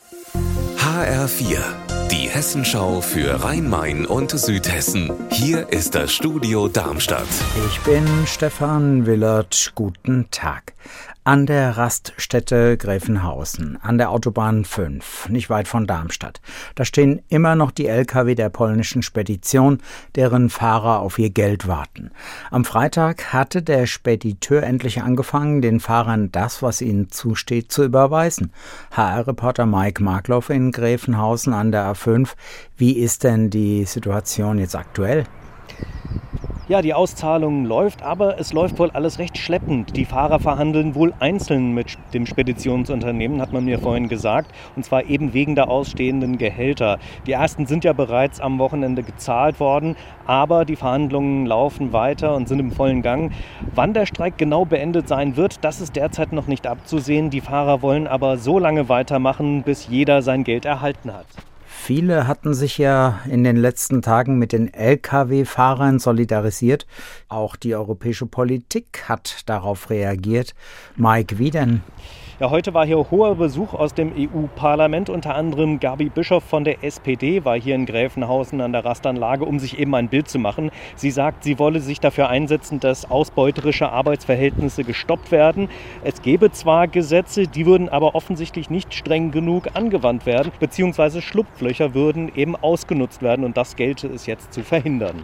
HR4, die Hessenschau für Rhein-Main und Südhessen. Hier ist das Studio Darmstadt. Ich bin Stefan Willert. Guten Tag. An der Raststätte Gräfenhausen, an der Autobahn 5, nicht weit von Darmstadt. Da stehen immer noch die Lkw der polnischen Spedition, deren Fahrer auf ihr Geld warten. Am Freitag hatte der Spediteur endlich angefangen, den Fahrern das, was ihnen zusteht, zu überweisen. HR-Reporter Mike Markloff in Gräfenhausen an der A5. Wie ist denn die Situation jetzt aktuell? Ja, die Auszahlung läuft, aber es läuft wohl alles recht schleppend. Die Fahrer verhandeln wohl einzeln mit dem Speditionsunternehmen, hat man mir vorhin gesagt, und zwar eben wegen der ausstehenden Gehälter. Die ersten sind ja bereits am Wochenende gezahlt worden, aber die Verhandlungen laufen weiter und sind im vollen Gang. Wann der Streik genau beendet sein wird, das ist derzeit noch nicht abzusehen. Die Fahrer wollen aber so lange weitermachen, bis jeder sein Geld erhalten hat. Viele hatten sich ja in den letzten Tagen mit den Lkw-Fahrern solidarisiert. Auch die europäische Politik hat darauf reagiert. Mike, wie denn? Ja, heute war hier hoher Besuch aus dem EU-Parlament. Unter anderem Gabi Bischof von der SPD war hier in Gräfenhausen an der Rastanlage, um sich eben ein Bild zu machen. Sie sagt, sie wolle sich dafür einsetzen, dass ausbeuterische Arbeitsverhältnisse gestoppt werden. Es gäbe zwar Gesetze, die würden aber offensichtlich nicht streng genug angewandt werden, beziehungsweise Schlupflöcher würden eben ausgenutzt werden und das gelte es jetzt zu verhindern.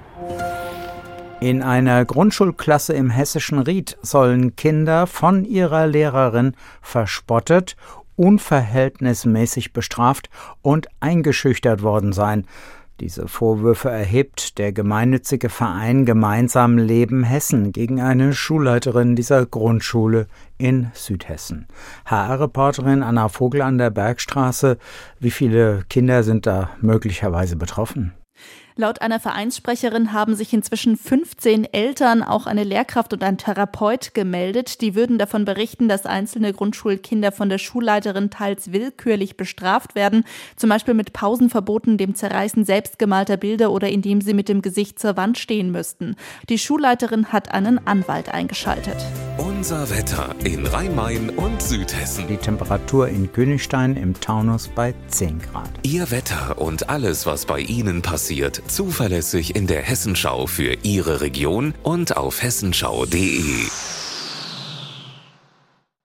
In einer Grundschulklasse im hessischen Ried sollen Kinder von ihrer Lehrerin verspottet, unverhältnismäßig bestraft und eingeschüchtert worden sein. Diese Vorwürfe erhebt der gemeinnützige Verein Gemeinsam Leben Hessen gegen eine Schulleiterin dieser Grundschule in Südhessen. HR-Reporterin Anna Vogel an der Bergstraße. Wie viele Kinder sind da möglicherweise betroffen? Laut einer Vereinssprecherin haben sich inzwischen 15 Eltern, auch eine Lehrkraft und ein Therapeut gemeldet. Die würden davon berichten, dass einzelne Grundschulkinder von der Schulleiterin teils willkürlich bestraft werden, zum Beispiel mit Pausenverboten, dem Zerreißen selbstgemalter Bilder oder indem sie mit dem Gesicht zur Wand stehen müssten. Die Schulleiterin hat einen Anwalt eingeschaltet. Unser Wetter in Rhein-Main und Südhessen. Die Temperatur in Königstein im Taunus bei 10 Grad. Ihr Wetter und alles, was bei Ihnen passiert, zuverlässig in der Hessenschau für Ihre Region und auf hessenschau.de.